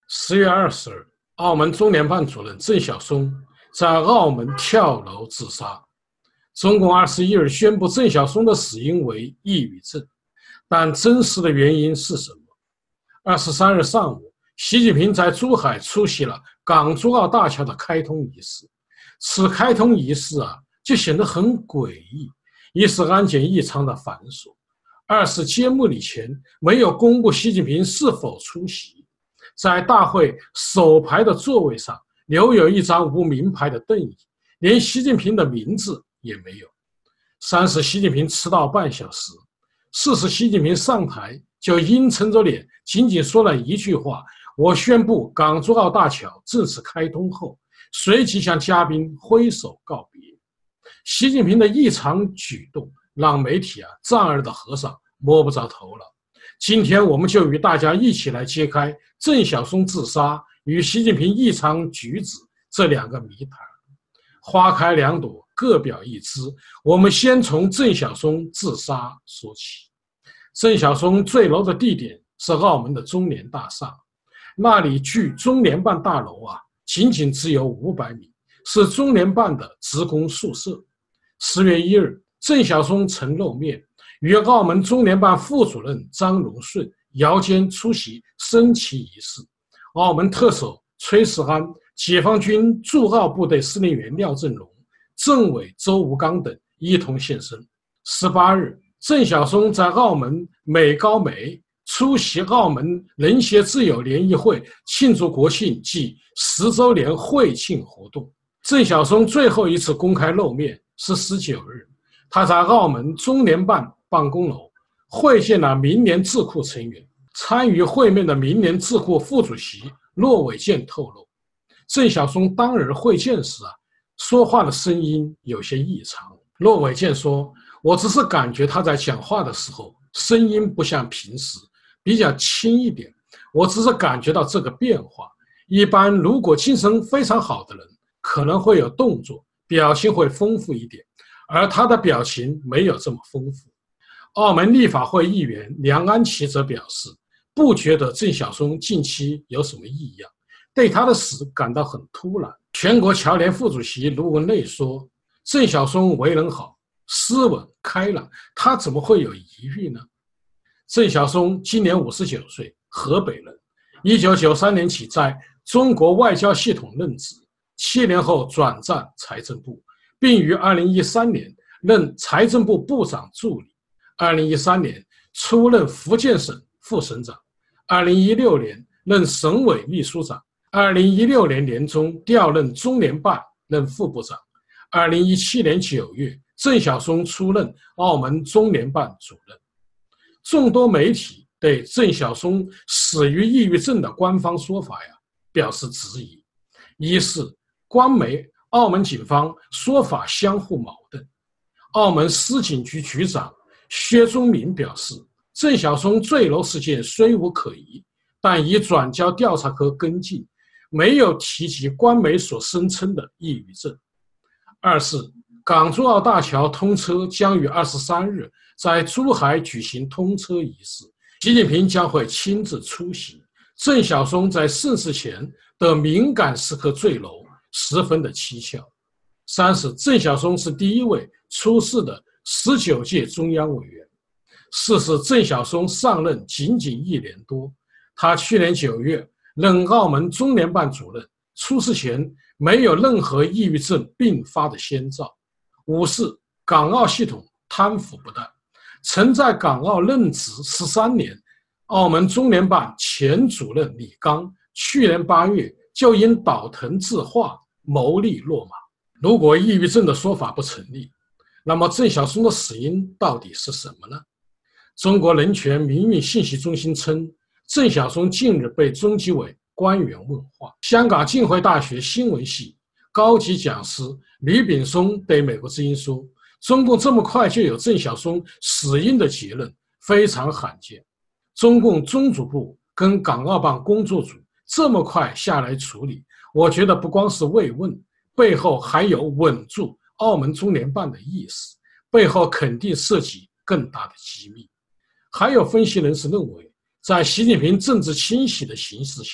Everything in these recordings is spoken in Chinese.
10月20日，澳门中联办主任郑晓松在澳门跳楼自杀。中共21日宣布郑晓松的死因为抑郁症，但真实的原因是什么？23日上午，习近平在珠海出席了港珠澳大桥的开通仪式。此开通仪式就显得很诡异，一是安检异常的繁琐，二是揭幕礼前没有公布习近平是否出席。在大会首排的座位上留有一张无名牌的凳椅，连习近平的名字也没有。三是习近平迟到半小时。四是习近平上台就阴沉着脸，仅仅说了一句话：“我宣布港珠澳大桥正式开通后”，随即向嘉宾挥手告别。习近平的异常举动让媒体丈二的和尚摸不着头脑。今天我们就与大家一起来揭开郑晓松自杀与习近平异常举止这两个谜团。花开两朵，各表一枝。我们先从郑晓松自杀说起。郑晓松坠楼的地点是澳门的中联大厦，那里距中联办大楼仅仅只有500米，是中联办的职工宿舍。10月1日，郑晓松曾露面，与澳门中联办副主任张荣顺遥间出席升旗仪式。澳门特首崔世安、解放军驻澳部队司令员廖振龙、政委周吴刚等一同现身。18日，郑晓松在澳门美高梅出席澳门人协自由联谊会庆祝国庆暨10周年会庆活动。郑晓松最后一次公开露面是19日，他在澳门中联办办公楼会见了明年智库成员。参与会面的明年智库副主席骆伟健透露，郑晓松当日会见时说话的声音有些异常。骆伟健说：“我只是感觉他在讲话的时候声音不像平时，比较轻一点，我只是感觉到这个变化。一般如果精神非常好的人可能会有动作，表情会丰富一点，而他的表情没有这么丰富。”澳门立法会议员梁安琪则表示，不觉得郑晓松近期有什么异样，对他的死感到很突然。全国侨联副主席卢文内说：“郑晓松为人好，斯文开朗，他怎么会有疑虑呢？”郑晓松今年59岁，河北人，1993年起在中国外交系统任职，7年后转战财政部，并于2013年任财政部部长助理。2013年出任福建省副省长，2016年任省委秘书长，2016年年中调任中联办任副部长。2017年9月，郑晓松出任澳门中联办主任。众多媒体对郑晓松死于抑郁症的官方说法表示质疑。一是官媒、澳门警方说法相互矛盾。澳门司警局局长薛忠明表示，郑晓松坠楼事件虽无可疑，但已转交调查科跟进，没有提及官媒所声称的抑郁症。二是港珠澳大桥通车将于23日在珠海举行通车仪式，习近平将会亲自出席。郑晓松在盛事前的敏感时刻坠楼，十分的蹊跷。三是郑晓松是第一位出事的19届中央委员。四是郑晓松上任仅仅1年多，他去年9月任澳门中联办主任，出事前没有任何抑郁症并发的先兆。五是港澳系统贪腐不当，曾在港澳任职13年，澳门中联办前主任李刚去年8月就因倒腾字画牟利落马。如果抑郁症的说法不成立，那么郑晓松的死因到底是什么呢？中国人权民运信息中心称，郑晓松近日被中纪委官员问话。香港浸会大学新闻系高级讲师吕炳松对美国之音说，中共这么快就有郑晓松死因的结论，非常罕见。中共中组部跟港澳办工作组这么快下来处理，我觉得不光是慰问，背后还有稳住澳门中联办的意思，背后肯定涉及更大的机密。还有分析人士认为，在习近平政治清洗的形势下，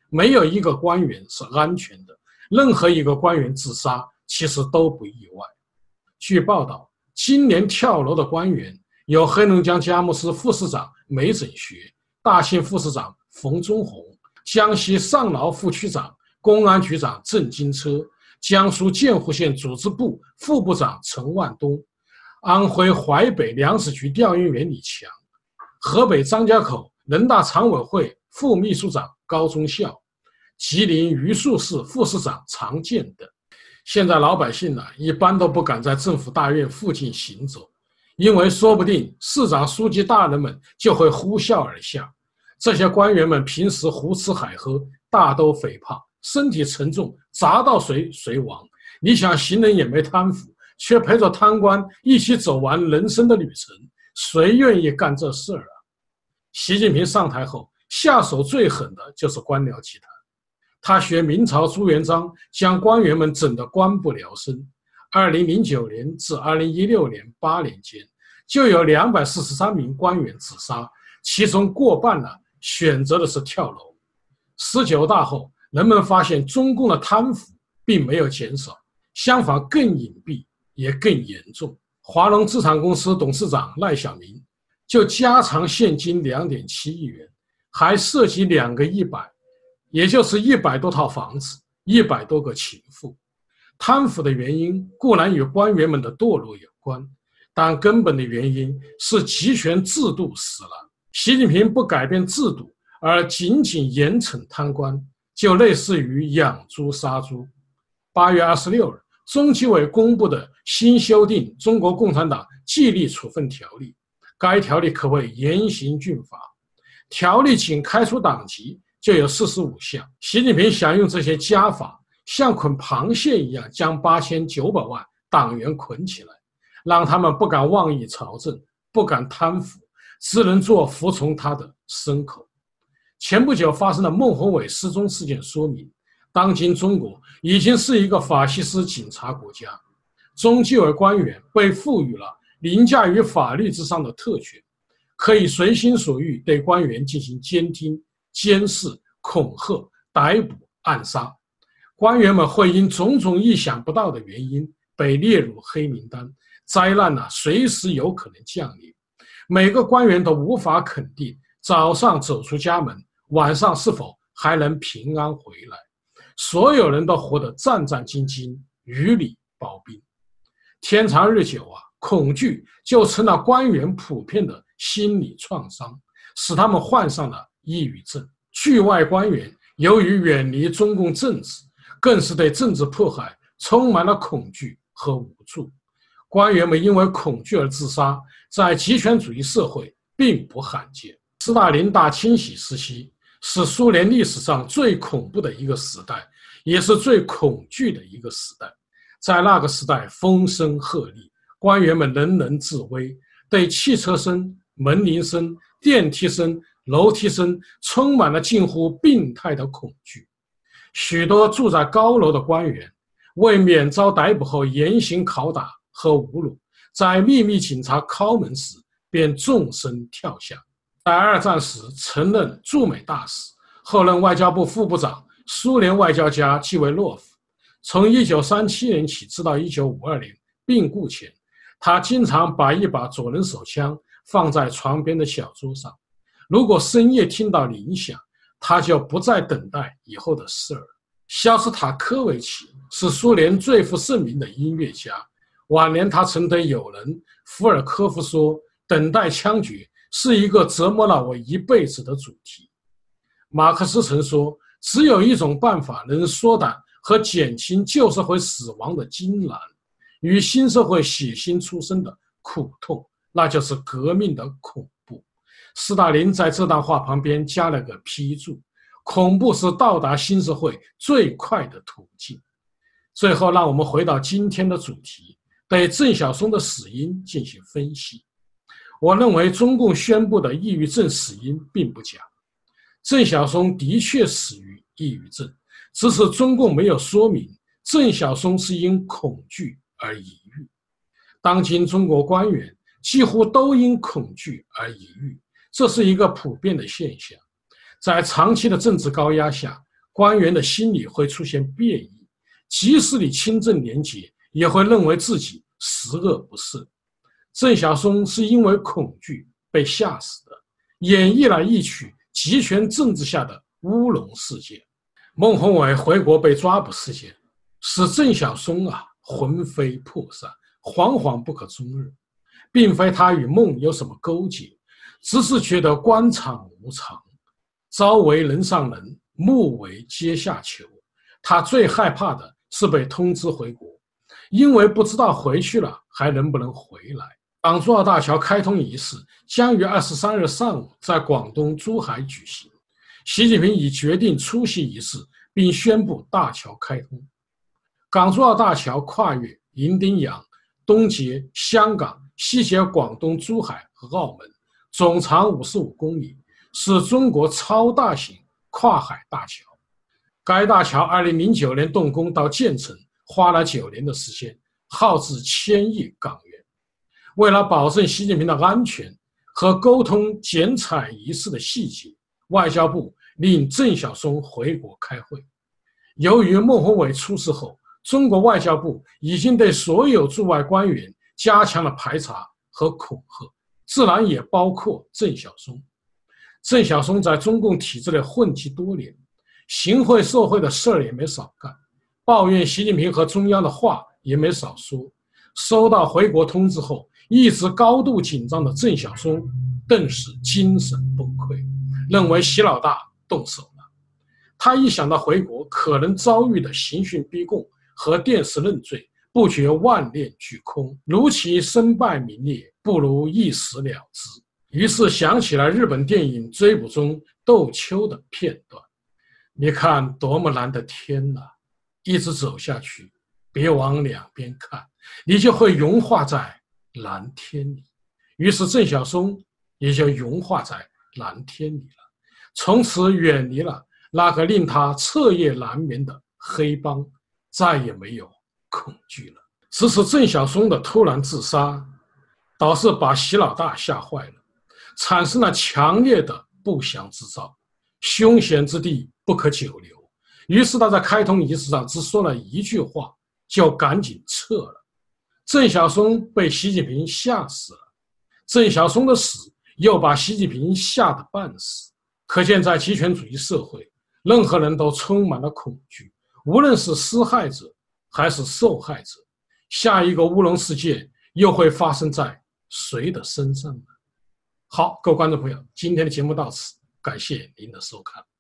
没有一个官员是安全的，任何一个官员自杀其实都不意外。据报道，今年跳楼的官员有黑龙江佳木斯副市长梅整学、大庆副市长冯忠宏、江西上饶副区长、公安局长郑金车、江苏建湖县组织部副部长陈万东、安徽淮北粮食局调研员李强、河北张家口人大常委会副秘书长高忠孝、吉林榆树市副市长常建等。现在老百姓一般都不敢在政府大院附近行走，因为说不定市长书记大人们就会呼啸而下。这些官员们平时胡吃海喝，大都肥胖，身体沉重，砸到谁谁亡。你想行人也没贪腐，却陪着贪官一起走完人生的旅程，谁愿意干这事啊？习近平上台后，下手最狠的就是官僚集团。他学明朝朱元璋，将官员们整得官不聊生。2009年至2016年8年间，就有243名官员自杀，其中过半选择的是跳楼。19大后，人们发现中共的贪腐并没有减少，相反更隐蔽，也更严重。华龙资产公司董事长赖小民就家藏现金2.7亿元，还涉及2个100，也就是100多套房子，100多个情妇。贪腐的原因固然与官员们的堕落有关，但根本的原因是集权制度死了。习近平不改变制度，而仅仅严惩贪官，就类似于养猪杀猪。8月26日，中纪委公布的新修订《中国共产党纪律处分条例》，该条例可谓严刑峻法，条例仅开除党籍就有45项。习近平想用这些家法，像捆螃蟹一样将8900万党员捆起来，让他们不敢妄议朝政，不敢贪腐，只能做服从他的牲口。前不久发生的孟宏伟失踪事件说明，当今中国已经是一个法西斯警察国家，中纪委官员被赋予了凌驾于法律之上的特权，可以随心所欲对官员进行监听、监视、恐吓、逮捕、暗杀。官员们会因种种意想不到的原因被列入黑名单，灾难随时有可能降临。每个官员都无法肯定早上走出家门，晚上是否还能平安回来。所有人都活得战战兢兢，如履薄冰。天长日久恐惧就成了官员普遍的心理创伤，使他们患上了抑郁症。剧外官员由于远离中共政治，更是对政治迫害充满了恐惧和无助。官员们因为恐惧而自杀，在极权主义社会并不罕见。斯大林大清洗时期是苏联历史上最恐怖的一个时代，也是最恐惧的一个时代。在那个时代，风声鹤唳，官员们人人自危，对汽车声、门铃声、电梯声、楼梯声充满了近乎病态的恐惧。许多住在高楼的官员为免遭逮捕后严刑拷打和侮辱，在秘密警察敲门时便纵身跳下。在二战时曾任驻美大使，后任外交部副部长，苏联外交家季维洛夫。从1937年起直到1952年病故前，他经常把一把左轮手枪放在床边的小桌上，如果深夜听到铃响，他就不再等待以后的事儿。肖斯塔科维奇是苏联最负盛名的音乐家，晚年他曾对友人福尔科夫说，等待枪决是一个折磨了我一辈子的主题。马克思曾说，只有一种办法能缩短和减轻旧社会死亡的惊澜与新社会血腥出生的苦痛，那就是革命的恐怖。斯大林在这段话旁边加了个批注，恐怖是到达新社会最快的途径。最后让我们回到今天的主题，对郑晓松的死因进行分析。我认为中共宣布的抑郁症死因并不假，郑晓松的确死于抑郁症，只是中共没有说明郑晓松是因恐惧而抑郁。当今中国官员几乎都因恐惧而抑郁，这是一个普遍的现象。在长期的政治高压下， 官员的心理会出现变异，即使你清正廉洁，也会认为自己十恶不赦。郑晓松是因为恐惧被吓死的，演绎了一曲集权政治下的乌龙事件。孟宏伟回国被抓捕事件使郑晓松魂飞魄散，惶惶不可终日。并非他与孟有什么勾结，只是觉得官场无常，朝为人上人，暮为阶下囚。他最害怕的是被通知回国，因为不知道回去了还能不能回来。港珠澳大桥开通仪式将于23日上午在广东珠海举行，习近平已决定出席仪式，并宣布大桥开通。港珠澳大桥跨越银丁洋，东接香港，西接广东珠海和澳门，总长55公里，是中国超大型跨海大桥。该大桥2009年动工到建成花了9年的时间，耗资1000亿港元。为了保证习近平的安全和沟通剪彩仪式的细节，外交部令郑晓松回国开会。由于孟宏伟出事后，中国外交部已经对所有驻外官员加强了排查和恐吓，自然也包括郑晓松。郑晓松在中共体制内混迹多年，行贿受贿的事儿也没少干，抱怨习近平和中央的话也没少说。收到回国通知后，一直高度紧张的郑晓松顿时精神崩溃，认为习老大动手了。他一想到回国可能遭遇的刑讯逼供和电视认罪，不觉万念俱空，如其身败名裂，不如一死了之。于是想起了日本电影《追捕》中窦秋的片段：你看多么蓝的天啊，一直走下去，别往两边看，你就会融化在蓝天里。于是郑晓松也就融化在蓝天里了，从此远离了那个令他彻夜难眠的黑帮，再也没有恐惧了。只是郑晓松的突然自杀，倒是把习老大吓坏了，产生了强烈的不祥之兆，凶险之地不可久留。于是他在开通仪式上只说了一句话，就赶紧撤了。郑晓松被习近平吓死了，郑晓松的死又把习近平吓得半死。可见在极权主义社会，任何人都充满了恐惧，无论是施害者还是受害者。下一个乌龙事件又会发生在谁的身上呢？好，各位观众朋友，今天的节目到此，感谢您的收看。